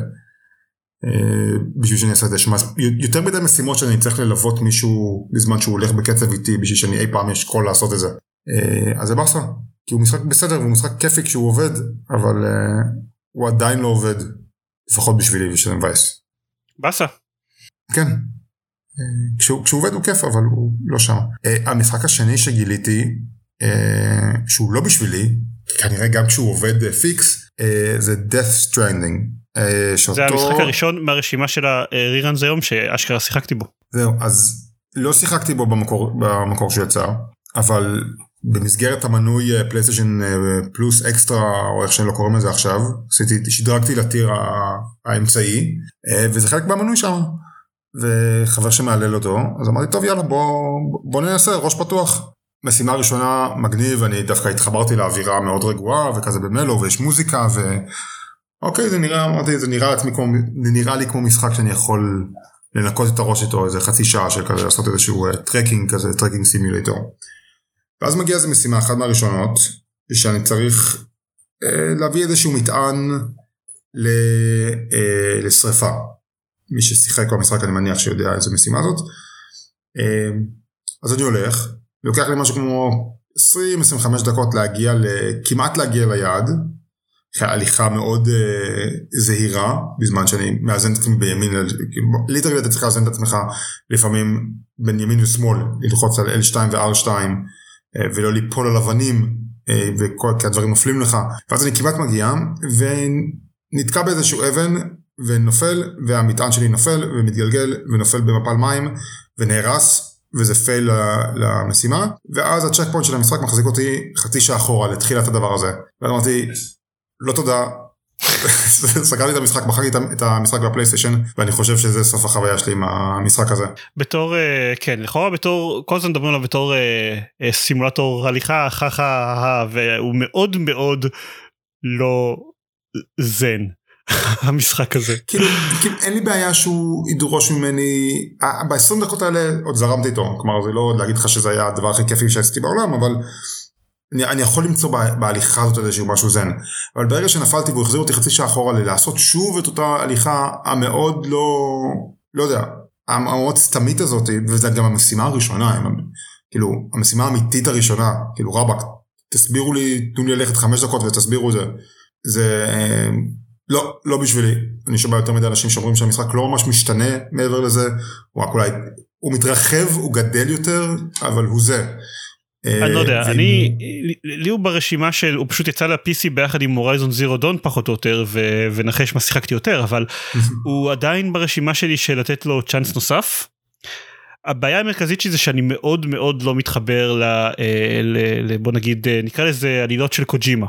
בשביל שאני אעשה את זה. יותר מדי משימות שאני צריך ללוות מישהו בזמן שהוא הולך בקצב איתי, בשביל שאני אי פעם יש קול לעשות את זה. אז זה בסדר, כי הוא משחק בסדר, והוא משחק כיפי כשהוא עובד, אבל הוא עדיין לא עובד, לפחות בשבילי, ושזה מבאס. בסדר. כן. כשהוא עובד הוא כיף, אבל הוא לא שם. המשחק השני שגיליתי, שהוא לא בשבילי, כנראה גם כשהוא עובד פיקס, זה Death Stranding. זה המשחק הראשון מהרשימה של הרירנז היום, שאשכרה שיחקתי בו. זהו, אז לא שיחקתי בו במקור שיצא, אבל במסגרת המנוי פלייסטיישן פלוס אקסטרה, או איך שאני לא קוראים לזה עכשיו, שדרגתי לטיר האמצעי, וזה חלק מהמנוי שם. וחבר שמעלל אותו, אז אמרתי, טוב יאללה, בוא ננסה, ראש פתוח. משימה ראשונה מגניב, אני דווקא התחברתי לאווירה מאוד רגועה, וכזה במלו, ויש מוזיקה, אוקיי, זה נראה לי כמו משחק שאני יכול לנקות את הראש איתו, איזה חצי שעה של כזה, לעשות איזשהו טרקינג כזה, טרקינג סימולטור. ואז מגיע איזו משימה אחת מהראשונות, שאני צריך להביא איזשהו מטען לשריפה. מי ששיחק במשחק אני מניח שיודע איזו משימה הזאת. אז אני הולך, לוקח לי משהו כמו 20-25 דקות כמעט להגיע ליעד, הליכה מאוד זהירה, בזמן שאני מאזן את עצמי בימין, ליטרלי אתה צריך לאזן את עצמך לפעמים בין ימין ושמאל, ללחוץ על L2 ו-R2, ולא ליפול על אבנים, כי הדברים נופלים לך, ואז אני כמעט מגיע, ונתקע באיזשהו אבן, ונופל, והמטען שלי נופל, ומתגלגל, ונופל במפל מים, ונהרס, וזה פייל למשימה, ואז הצ'ק פוינט של המשחק מחזיק אותי חצי שעה אחורה לתחילת הדבר הזה. ואז אמרתי, לא תודה, סגרתי את המשחק, בחרתי את המשחק בפלייסטיישן, ואני חושב שזה סוף החוויה שלי עם המשחק הזה. בתור, כן, לכאורה בתור, כל הזמן מדברים עליו בתור סימולטור הליכה, והוא מאוד מאוד לא זן. המשחק הזה. כאילו, אין לי בעיה שהוא ידרוש ממני, ב-20 דקות האלה עוד זרמתי איתו, כלומר זה לא להגיד לך שזה היה הדבר הכי כיפי שעשיתי בעולם, אבל אני יכול למצוא בהליכה הזאת איזשהו משהו זן, אבל ברגע שנפלתי והוא החזיר אותי חצי שעה אחורה לעשות שוב את אותה הליכה המאוד לא יודע, המאוד סתמית הזאת, וזה גם המשימה הראשונה, כאילו המשימה האמיתית הראשונה, כאילו רבק, תסבירו לי, תנו לי ללכת 5 דקות ותסבירו את זה, זה לא בשבילי, אני שומע יותר מדי אנשים שאומרים שהמשחק לא ממש משתנה מעבר לזה, הוא מתרחב, הוא גדל יותר, אבל הוא זה. אני לא יודע, לי הוא ברשימה של, הוא פשוט יצא ל-PC ביחד עם הורייזון זירו דון פחות או יותר, ונחש מה שיחקתי יותר, אבל הוא עדיין ברשימה שלי של לתת לו צ'אנס נוסף. הבעיה המרכזית שלי זה שאני מאוד מאוד לא מתחבר בוא נגיד, נקרא לזה עלילות של קוג'ימה.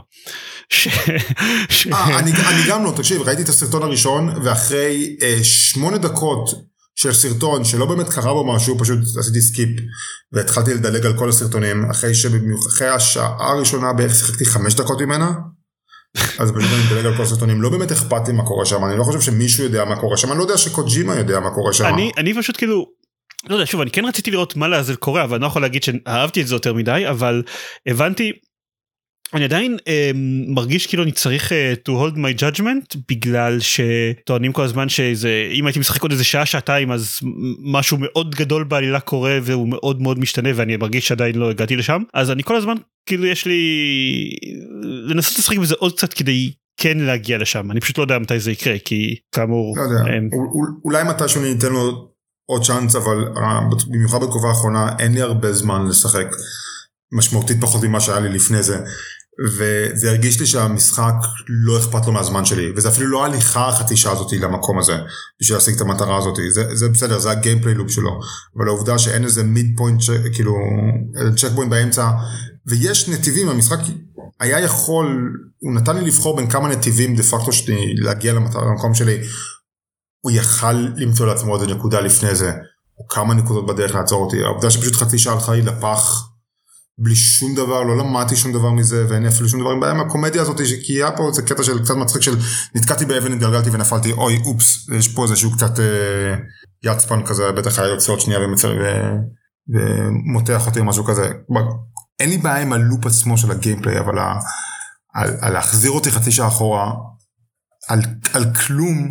אני גם לא, תקשיב, ראיתי את הסרטון הראשון, ואחרי 8 דקות של סרטון שלא באמת קרה בו משהו, פשוט עשיתי סקיפ, והתחלתי לדלג על כל הסרטונים, אחרי השעה הראשונה בערך שיחקתי 5 דקות ממנה, אז פשוט אני מדלג על כל הסרטונים, לא באמת אכפת לי מה קורה שם, אני לא חושב שמישהו יודע מה קורה שם, אני לא יודע שקוג'ימה יודע מה קורה שם. אני פשוט כאילו, לא יודע, שוב, אני כן רציתי לראות מה לעזל קורה, אבל אני לא יכול להגיד שאהבתי את זה יותר מדי, אבל הבנתי, אני עדיין מרגיש כאילו אני צריך to hold my judgment, בגלל שטוענים כל הזמן שאם הייתי משחק עוד איזה שעה, שעתיים, אז משהו מאוד גדול בעלילה קורה, והוא מאוד מאוד משתנה, ואני מרגיש שעדיין לא הגעתי לשם, אז אני כל הזמן, כאילו יש לי לנסות לשחק בזה עוד קצת כדי כן להגיע לשם, אני פשוט לא יודע מתי זה יקרה, כי כאמור... לא יודע, אולי מתישהו ניתן לו עוד צ'אנס, אבל במיוחד בתקופה האחרונה, אין לי הרבה זמן לשחק משמעותית פחות ממה שהיה לי לפני זה, וזה הרגיש לי שהמשחק לא אכפת לו מהזמן שלי, וזה אפילו לא הליכה החצי שעה הזאת למקום הזה, בשביל להשיג את המטרה הזאת, זה בסדר, זה הגיימפליי לופ שלו, אבל העובדה שאין איזה מיד פוינט, כאילו, צ'ק פוינט באמצע, ויש נתיבים, המשחק היה יכול, הוא נתן לי לבחור בין כמה נתיבים דה פקטו שלי להגיע למקום שלי, הוא יכל למצוא לעצמו עוד נקודה לפני זה, או כמה נקודות בדרך לעצור אותי, העובדה שפשוט חצי שעה הלכה לי לפח, בלי שום דבר, לא למדתי שום דבר מזה, ואין אפילו שום דבר בעיה מהקומדיה הזאת, כי היה פה איזה קטע של קצת מצחיק של נתקעתי באבן, התגלגלתי ונפלתי, אוי, אופס, יש פה איזשהו קצת יצפן כזה, בטח היה יוצא עוד שנייה ומותח אותי או משהו כזה. אין לי בעיה עם הלופ עצמו של הגיימפליי, אבל על להחזיר אותי חצי שעה אחורה, על כלום,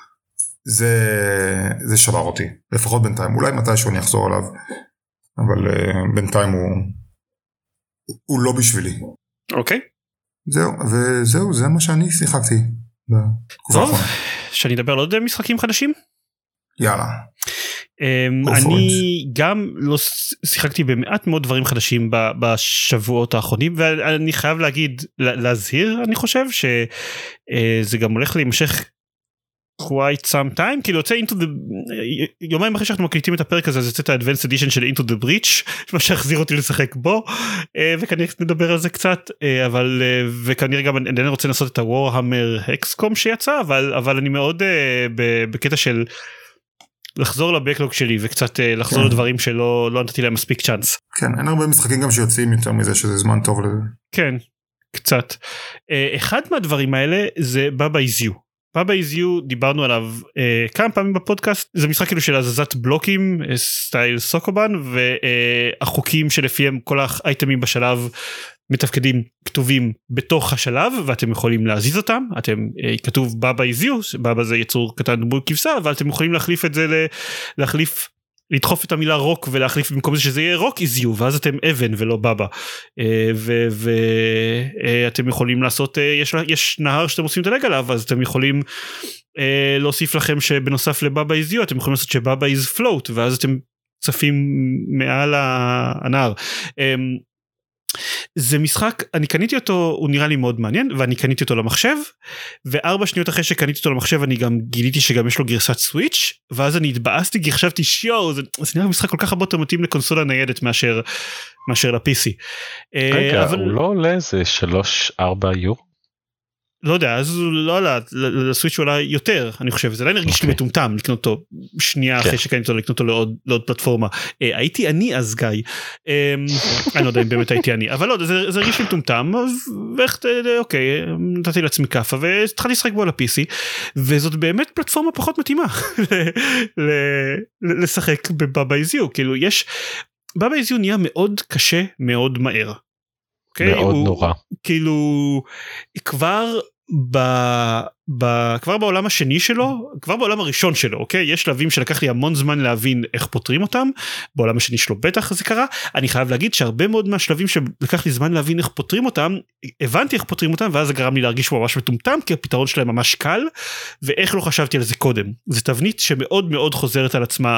זה שבר אותי, לפחות בינתיים, אולי מתישהו אני אחזור עליו, אבל בינתיים הוא לא בשבילי. אוקיי. וזהו, זה מה שאני שיחקתי. טוב, שאני אדבר על עוד משחקים חדשים? יאללה. אני גם לא שיחקתי במעט מאוד דברים חדשים בשבועות האחרונים, ואני חייב להזהיר, אני חושב שזה גם הולך להימשך quite some time, כאילו יוצא יומיים אחרי שאנחנו מקליטים את הפרק הזה, אז יוצא את ה-Advanced Edition של Into the Breach, מה שהחזיר אותי לשחק בו, וכנראה נדבר על זה קצת, אבל, וכנראה גם אני רוצה לנסות את ה-Warhammer XCOM שיצא, אבל אני מאוד בקטע של לחזור לבקלוג שלי, וקצת לחזור לדברים שלא נתתי להם מספיק צ'אנס. כן, אין הרבה משחקים גם שיוצאים יותר מזה, שזה זמן טוב לזה. כן, קצת. אחד מהדברים האלה זה Baba Is You. Baba Is You, דיברנו עליו כמה פעמים בפודקאסט, זה משחק כאילו של הזזת בלוקים, סטייל סוקובן, והחוקים שלפיהם כל האייטמים בשלב מתפקדים כתובים בתוך השלב, ואתם יכולים להזיז אותם, כתוב Baba Is You, Baba זה יצור קטן דמוי כבשה, אבל אתם יכולים להחליף את זה, לדחוף את המילה רוק ולהחליף במקום זה שזה יהיה רוק is you, ואז אתם אבן ולא בבא, ואתם יכולים לעשות, יש נהר שאתם עושים לדלג עליו, אז אתם יכולים להוסיף לכם שבנוסף לבבא is you, אתם יכולים לעשות שבבא is float, ואז אתם צפים מעל הנהר. זה משחק, אני קניתי אותו, הוא נראה לי מאוד מעניין, ואני קניתי אותו למחשב, ו4 שניות אחרי שקניתי אותו למחשב, אני גם גיליתי שגם יש לו גרסת סוויץ', ואז אני התבאסתי, כי חשבתי שיו, זה נראה משחק כל כך הרבה יותר מתאים לקונסולה ניידת מאשר ל-PC. רגע, הוא לא עולה איזה 3-4 יורו? לא יודע, אז הוא לא עלה, לסוויץ' הוא עלה יותר, אני חושב, זה עדיין הרגיש לי מטומטם לקנות אותו, שנייה אחרי שקניתי אותו, לקנות אותו לעוד פלטפורמה. הייתי אני אז גיא, אני לא יודע אם באמת הייתי אני, אבל לא, זה הרגיש לי מטומטם, אוקיי, נתתי לעצמי כפה, והתחלתי לשחק בו על ה-PC, וזאת באמת פלטפורמה פחות מתאימה, לשחק בבאבא איז יו, כאילו יש, בבא איז יו נהיה מאוד קשה, מאוד מהר. מאוד נורא. כאילו, כבר בעולם השני שלו, כבר בעולם הראשון שלו, אוקיי? יש שלבים שלקח לי המון זמן להבין איך פותרים אותם, בעולם השני שלו בטח זה קרה, אני חייב להגיד שהרבה מאוד מהשלבים שלקח לי זמן להבין איך פותרים אותם, הבנתי איך פותרים אותם, ואז זה גרם לי להרגיש ממש מטומטם, כי הפתרון שלהם ממש קל, ואיך לא חשבתי על זה קודם. זו תבנית שמאוד מאוד חוזרת על עצמה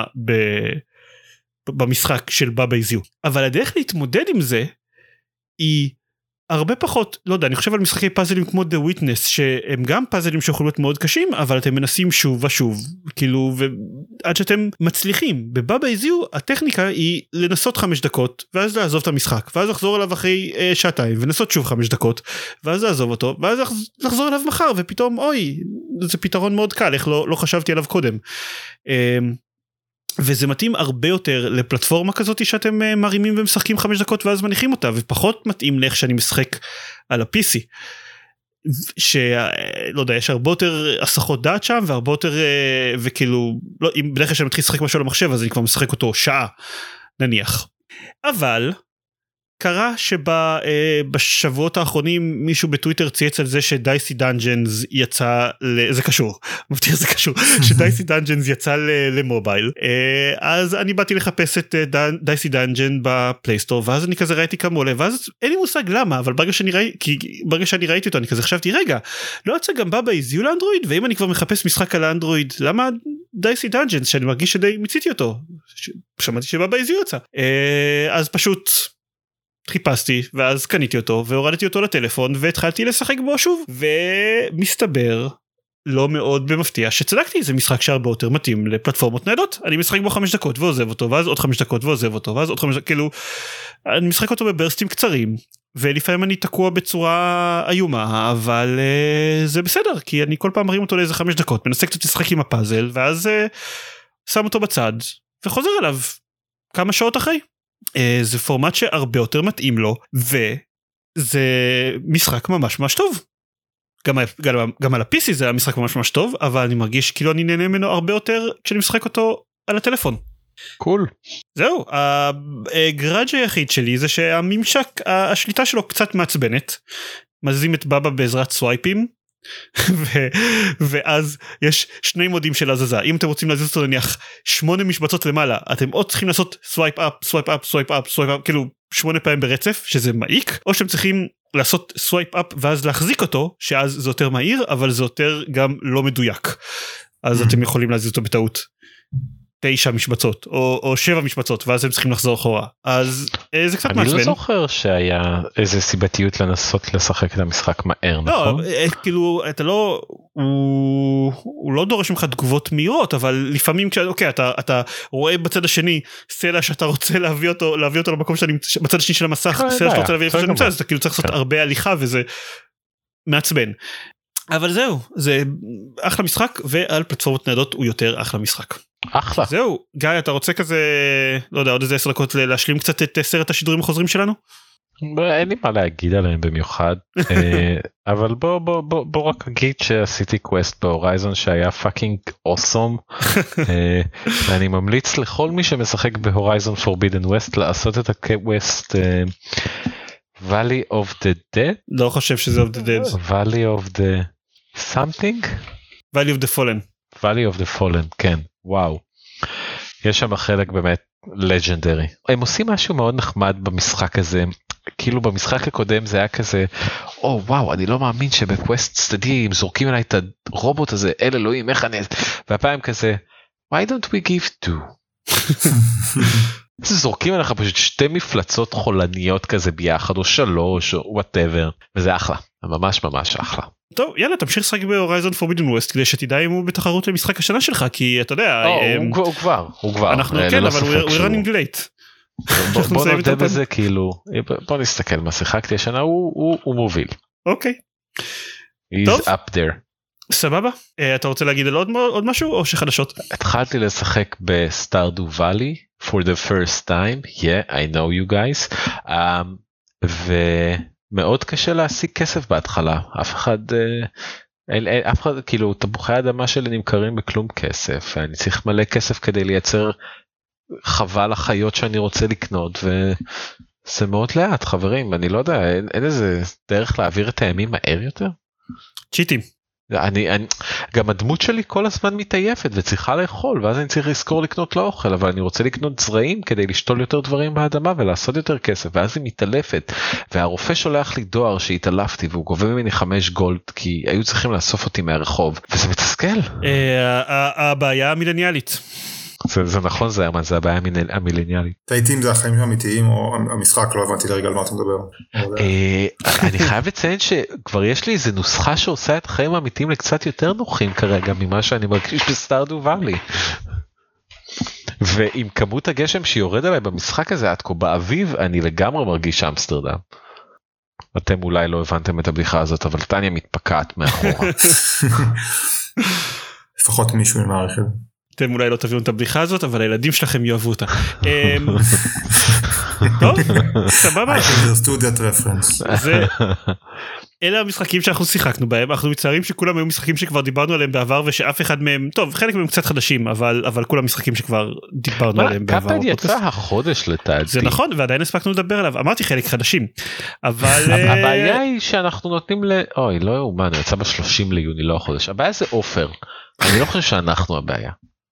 במשחק של בבא איז יו. אבל הדרך להתמודד עם זה, היא הרבה פחות, לא יודע, אני חושב על משחקי פאזלים כמו The Witness, שהם גם פאזלים שיכולים להיות מאוד קשים, אבל אתם מנסים שוב ושוב, כאילו, ועד שאתם מצליחים. בבאבא איז יו, הטכניקה היא לנסות 5 דקות, ואז לעזוב את המשחק, ואז לחזור אליו אחרי שעתיים, ונסות שוב 5 דקות, ואז לעזוב אותו, ואז לחזור אליו מחר, ופתאום, אוי, זה פתרון מאוד קל, איך לא חשבתי עליו קודם. וזה מתאים הרבה יותר לפלטפורמה כזאת שאתם מרימים ומשחקים 5 דקות ואז מניחים אותה, ופחות מתאים לאיך שאני משחק על ה-PC, שלא יודע, יש הרבה יותר הסחות דעת שם, והרבה יותר, וכאילו, לא, אם בדרך כלל שאני מתחיל לשחק משהו על המחשב, אז אני כבר משחק אותו שעה, נניח. אבל, קרה שבשבועות האחרונים מישהו בטוויטר צייץ על זה שדייסי דאנג'נס יצא, זה קשור, מבטיח זה קשור, שדייסי דאנג'נס יצא למובייל, אז אני באתי לחפש את דייסי דאנג'ן בפלייסטור, ואז אני כזה ראיתי כמה עולה, ואז אין לי מושג למה, אבל ברגע שאני ראיתי אותו, אני כזה חשבתי, רגע, לא יצא גם בבא יזיו לאנדרואיד, ואם אני כבר מחפש משחק על האנדרואיד, למה דייסי דאנג'נס, שאני מרגיש שדי מיציתי אותו, שמעתי שבבא יזיו יצא, אז פשוט חיפשתי, ואז קניתי אותו, והורדתי אותו לטלפון, והתחלתי לשחק בו שוב, ומסתבר, לא מאוד במפתיע, שצדקתי, זה משחק שהרבה יותר מתאים לפלטפורמות ניידות, אני משחק בו 5 דקות, ועוזב אותו, ואז עוד 5 דקות, ועוזב אותו, ואז עוד 5 דקות, כאילו, אני משחק אותו בברסטים קצרים, ולפעמים אני תקוע בצורה איומה, אבל זה בסדר, כי אני כל פעם מרים אותו לאיזה 5 דקות, מנסה קצת לשחק עם הפאזל, ואז שם אותו בצד, ופוזר אליו כמה שעות אחרי. זה פורמט שהרבה יותר מתאים לו, וזה משחק ממש ממש טוב. גם על ה-PC זה המשחק ממש ממש טוב, אבל אני מרגיש כאילו אני נהנה ממנו הרבה יותר כשאני משחק אותו על הטלפון. קול. זהו, הגראג' היחיד שלי זה שהממשק, השליטה שלו קצת מעצבנת, מזיזים את בבא בעזרת סווייפים, ואז יש 2 מודים של הזזה. אם אתם רוצים להזיז אותו נניח 8 משבצות למעלה, אתם עוד צריכים לעשות סווייפ אפ, סווייפ אפ, סווייפ אפ, סווייפ אפ, כאילו 8 פעמים ברצף, שזה מעיק, או שאתם צריכים לעשות סווייפ אפ ואז להחזיק אותו, שאז זה יותר מהיר, אבל זה יותר גם לא מדויק. אז אתם יכולים להזיז אותו בטעות 9 משבצות או 7 משבצות, ואז הם צריכים לחזור אחורה, אז זה קצת מעצבן. אני לא זוכר שהיה איזה סיבתיות לנסות לשחק את המשחק מהר, נכון? לא, כאילו אתה לא, הוא לא דורש ממך תגובות מהירות, אבל לפעמים אוקיי, אתה רואה בצד השני סלע שאתה רוצה להביא אותו למקום בצד השני של המסך, סלע שאתה רוצה להביא איפה שנמצא, אז אתה כאילו צריך לעשות הרבה הליכה, וזה מעצבן. אבל זהו, זה אחלה משחק, ועל פלטפורמות ניידות הוא יותר אחלה משחק. אחלה. זהו, גיא, אתה רוצה כזה, לא יודע, עוד איזה 10 דקות להשלים קצת את סרט השידורים החוזרים שלנו? אין לי מה להגיד עליהם במיוחד, אבל בוא רק אגיד שעשיתי קווסט בהורייזון שהיה פאקינג אוסום, ואני ממליץ לכל מי שמשחק בהורייזון Forbidden West לעשות את הקווסט Valley of the Dead? לא חושב שזה of the Dead. Valley of the something? Valley of the Fallen. Valley of the Fallen, כן, וואו. יש שם חלק באמת לג'נדרי. הם עושים משהו מאוד נחמד במשחק הזה, כאילו במשחק הקודם זה היה כזה, וואו, אני לא מאמין שבקווסט צדדי הם זורקים עליי את הרובוט הזה, אל אלוהים, איך אני... והפעם כזה, why don't we give two? זורקים עליך פשוט 2 מפלצות חולניות כזה ביחד, או 3, או whatever, וזה אחלה, ממש ממש אחלה. טוב, יאללה, תמשיך לשחק בהורייזון Forbidden West, כדי שתדע אם הוא בתחרות למשחק השנה שלך, כי אתה יודע... הוא כבר. אנחנו כן, אבל we're running late. בוא נודה בזה, כאילו, בוא נסתכל מה שיחקתי השנה, הוא מוביל. אוקיי. He's up there. סבבה, אתה רוצה להגיד על עוד משהו, או שחדשות? התחלתי לשחק בסטארדו ואלי, for the first time, yeah, I know you guys, ומאוד קשה להשיג כסף בהתחלה, אף אחד, כאילו, תפוחי האדמה שלי נמכרים בכלום כסף, אני צריך מלא כסף כדי לייצר חווה לחיות שאני רוצה לקנות, וזה מאוד לאט, חברים, אני לא יודע, אין איזה דרך להעביר את הימים מהר יותר? צ'יטים. גם הדמות שלי כל הזמן מתעייפת וצריכה לאכול, ואז אני צריך לזכור לקנות לאוכל, אבל אני רוצה לקנות זרעים כדי לשתול יותר דברים באדמה ולעשות יותר כסף, ואז היא מתעלפת, והרופא שולח לי דואר שהתעלפתי, והוא גובה ממני 5 גולד, כי היו צריכים לאסוף אותי מהרחוב, וזה מתסכל. הבעיה המילניאלית. זה נכון, זה הבעיה המילניאלית. תהיתי אם זה החיים האמיתיים או המשחק, לא הבנתי לרגע על מה אתה מדבר. אני חייב לציין שכבר יש לי איזה נוסחה שעושה את החיים האמיתיים לקצת יותר נוחים כרגע ממה שאני מרגיש בסטארדו ואלי. ועם כמות הגשם שיורד עליי במשחק הזה עד כה באביב, אני לגמרי מרגיש אמסטרדם. אתם אולי לא הבנתם את הבדיחה הזאת, אבל טניה מתפקעת מאחורה. לפחות מישהו עם מערכת. אתם אולי לא תביאו את הבדיחה הזאת, אבל הילדים שלכם יאהבו אותה. טוב, סבבה. אלה המשחקים שאנחנו שיחקנו בהם, אנחנו מצטערים שכולם היו משחקים שכבר דיברנו עליהם בעבר, ושאף אחד מהם, טוב, חלק מהם קצת חדשים, אבל כולם משחקים שכבר דיברנו עליהם בעבר. קאפד יצא החודש לדעתי. זה נכון, ועדיין הספקנו לדבר עליו, אמרתי חלק חדשים, אבל... הבעיה היא שאנחנו נותנים אוי, לא יאומן, הוא יצא ב-30 ליוני, לא החודש, הבעיה זה אופר, אני לא חושב שאנחנו הבעיה.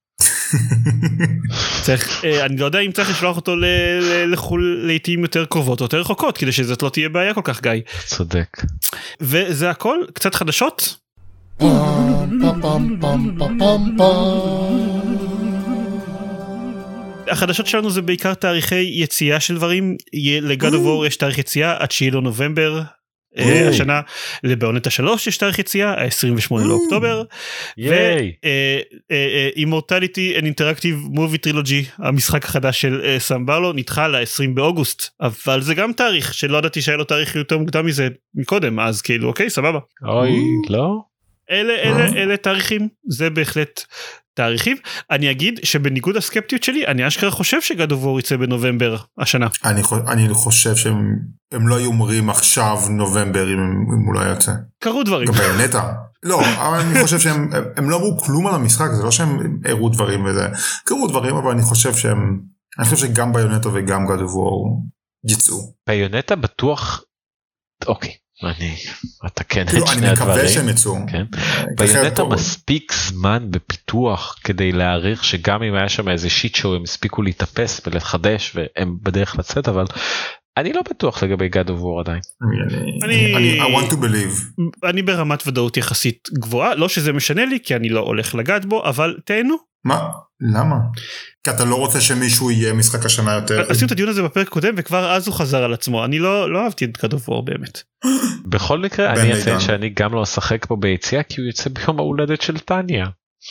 אני לא יודע אם צריך לשלוח אותו לחול לעתים יותר קרובות או יותר רחוקות כדי שזאת לא תהיה בעיה כל כך גיא. צודק. וזה הכל, קצת חדשות. החדשות שלנו זה בעיקר תאריכי יציאה של דברים. ל-God of War יש תאריך יציאה 9 לנובמבר השנה, לבאונטה 3 יש תאריך יציאה 28 לאוקטובר, ו-Immortality and Interactive Movie Trilogy, המשחק החדש של סם ברלו, נדחה ל-20 באוגוסט, אבל זה גם תאריך שלא ידעתי שהיה לו תאריך יותר מוקדם מזה מקודם, אז כאילו אוקיי סבבה. אוי לא? אלה תאריכים, זה בהחלט תאריכים. אני אגיד שבניגוד הסקפטיות שלי, אני אשכרה חושב שגד אוף וור יצא בנובמבר השנה. אני חושב שהם לא היו אומרים עכשיו נובמבר אם הוא לא יוצא. קרו דברים. גם נטע. לא, אבל אני חושב שהם לא אמרו כלום על המשחק, זה לא שהם הראו דברים וזה. קרו דברים, אבל אני חושב שגם ביונטה וגם גד אוף וור יצאו. ביונטה בטוח, אוקיי. אתה כן, אני מקווה שהם יצאו. ביונטה מספיק זמן בפיתוח כדי להעריך שגם אם היה שם איזה שיט שואו הם הספיקו להתאפס ולחדש והם בדרך לצאת, אבל אני לא בטוח לגבי God of War עדיין. I want to believe. אני ברמת ודאות יחסית גבוהה, לא שזה משנה לי כי אני לא הולך לגעת בו, אבל תהנו. מה? למה? כי אתה לא רוצה שמישהו יהיה משחק השנה יותר. עשינו את הדיון הזה בפרק קודם וכבר אז הוא חזר על עצמו, אני לא אהבתי את God of War באמת. בכל מקרה אני אציין שאני גם לא אשחק פה ביציאה כי הוא יוצא ביום ההולדת של טניה.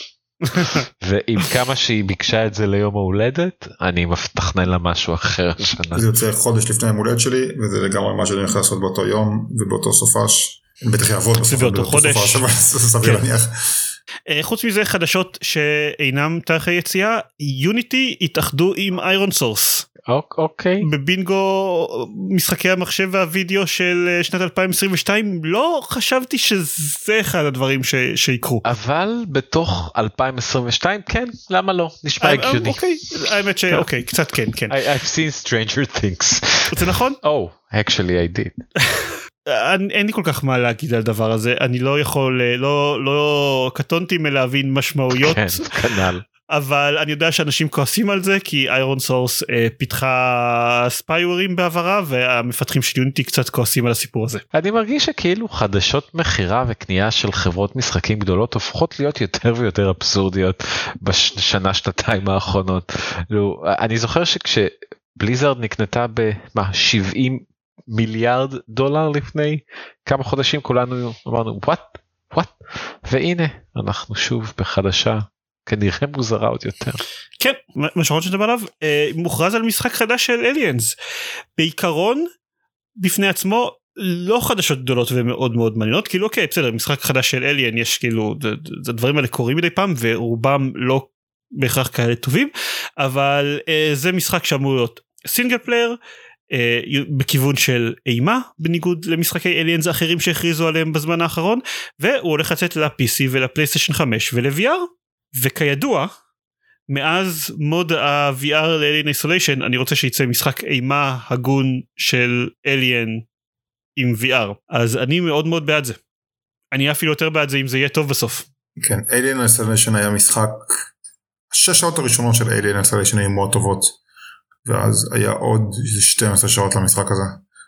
ועם כמה שהיא ביקשה את זה ליום ההולדת, אני מתכנן לה משהו אחר השנה. זה יוצא חודש לפני היום הולדת שלי, וזה לגמרי מה שאני הולך לעשות באותו יום ובאותו סופש. אני בטח יעבוד באותו חודש. סביר להניח. חוץ מזה חדשות שאינם תאריכי יציאה, יוניטי התאחדו עם איירון סורס. אוקיי. בבינגו משחקי המחשב והווידאו של שנת 2022, לא חשבתי שזה אחד הדברים שיקרו. אבל בתוך 2022 כן, למה לא? נשמע הגיוני. אוקיי, האמת שאוקיי, קצת כן, כן. I've seen Stranger Things. זה נכון? Oh, actually I did. אין לי כל כך מה להגיד על דבר הזה, אני לא יכול, לא קטונתי מלהבין משמעויות. כן, כנ"ל. אבל אני יודע שאנשים כועסים על זה כי איירון סורס פיתחה ספייורים בעברה והמפתחים של יוניטי קצת כועסים על הסיפור הזה. אני מרגיש שכאילו חדשות מחירה וקנייה של חברות משחקים גדולות הופכות להיות יותר ויותר אבסורדיות בשנה שנתיים האחרונות. אני זוכר שכשבליזרד נקנתה ב$70 מיליארד לפני כמה חודשים כולנו אמרנו what? והנה אנחנו שוב בחדשה כנראה מוזרה עוד יותר. כן, מה שרוצה שדבר עליו, מוכרז על משחק חדש של אליאנס. בעיקרון, בפני עצמו, לא חדשות גדולות ומאוד מאוד מעניינות, כאילו אוקיי, בסדר, משחק חדש של אליאן, יש כאילו, הדברים האלה קורים מדי פעם, ורובם לא בהכרח כאלה טובים, אבל זה משחק שאמור להיות סינגל פלייר, בכיוון של אימה, בניגוד למשחקי אליאנס האחרים שהכריזו עליהם בזמן האחרון, והוא הולך לצאת ל-PC ולפלייסטיישן 5 ול-VR, וכידוע, מאז מוד ה-VR ל-Alien Isolation, אני רוצה שיצא משחק אימה הגון של Alien עם VR, אז אני מאוד מאוד בעד זה. אני אפילו יותר בעד זה אם זה יהיה טוב בסוף. כן, Alien Isolation היה משחק, 6 שעות הראשונות של Alien Isolation היו מאוד טובות, ואז היה עוד 12 שעות למשחק הזה.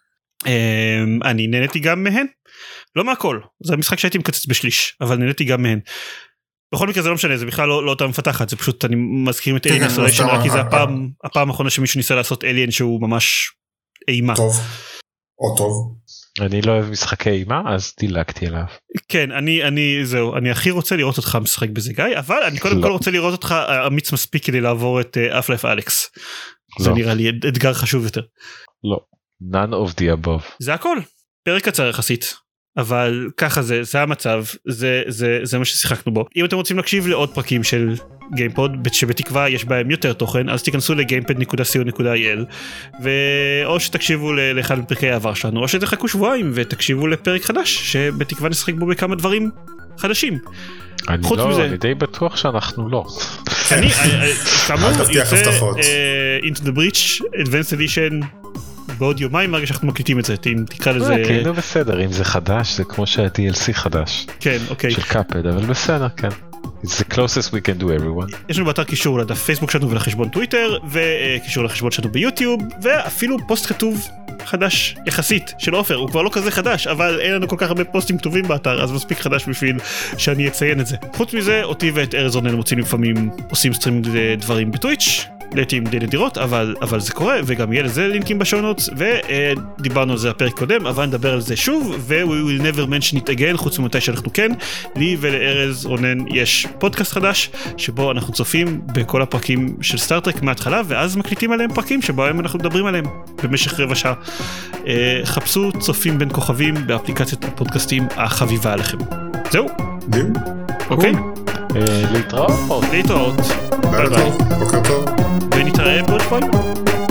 אני נהניתי גם מהן, לא מהכל, זה המשחק שהייתי מקצץ בשליש, אבל נהניתי גם מהן. בכל מקרה זה לא משנה, זה בכלל לא אותה מפתחת, זה פשוט, אני מזכירים את Alien Isolation, רק כי זה הפעם האחרונה שמישהו ניסה לעשות Alien שהוא ממש אימה. טוב, או טוב. אני לא אוהב משחקי אימה, אז דילגתי עליו. כן, זהו, אני הכי רוצה לראות אותך משחק בזה גיא, אבל אני קודם כל רוצה לראות אותך אמיץ מספיק כדי לעבור את Half-Life Alyx. זה נראה לי אתגר חשוב יותר. לא, none of the above. זה הכל, פרק קצר יחסית. אבל ככה זה המצב, זה מה ששיחקנו בו. אם אתם רוצים להקשיב לעוד פרקים של גיימפוד, שבתקווה יש בהם יותר תוכן, אז תיכנסו ל-gamepad.co.il, או שתקשיבו לאחד מפרקי העבר שלנו, או שתחכו שבועיים ותקשיבו לפרק חדש, שבתקווה נשחק בו בכמה דברים חדשים. אני די בטוח שאנחנו לא. אני, כאמור, יוצא Into the Breach, Advanced Edition, בעוד יומיים מהרגע שאנחנו מקליטים את זה, תקרא לזה... כאילו בסדר, אם זה חדש, זה כמו שה-DLC חדש. כן, אוקיי. של קאפד, אבל בסדר, כן. It's the closest we can do everyone. יש לנו באתר קישור לדף פייסבוק שלנו ולחשבון טוויטר, וקישור לחשבון שלנו ביוטיוב, ואפילו פוסט כתוב חדש יחסית של אופר, הוא כבר לא כזה חדש, אבל אין לנו כל כך הרבה פוסטים כתובים באתר, אז מספיק חדש בשביל שאני אציין את זה. חוץ מזה, אותי ואת ארז רונן מוצאים לפעמים עושים סטרימינג דברים בטוויץ', לעתים די נדירות, אבל זה קורה, וגם יהיה לזה לינקים בשונוטס, ודיברנו על זה הפרק קודם, אבל נדבר על זה שוב, ו- we will never mention it again, חוץ ממתי שאנחנו כן, לי ולארז רונן יש פודקאסט חדש, שבו אנחנו צופים בכל הפרקים של סטארטרק מההתחלה, ואז מקליטים עליהם פרקים שבהם אנחנו מדברים עליהם במשך רבע שעה. חפשו צופים בין כוכבים באפליקציית הפודקאסטים החביבה עליכם. זהו? אוקיי? להתראות. ביי ביי. בוקר טוב. ונתראה בעוד פעם.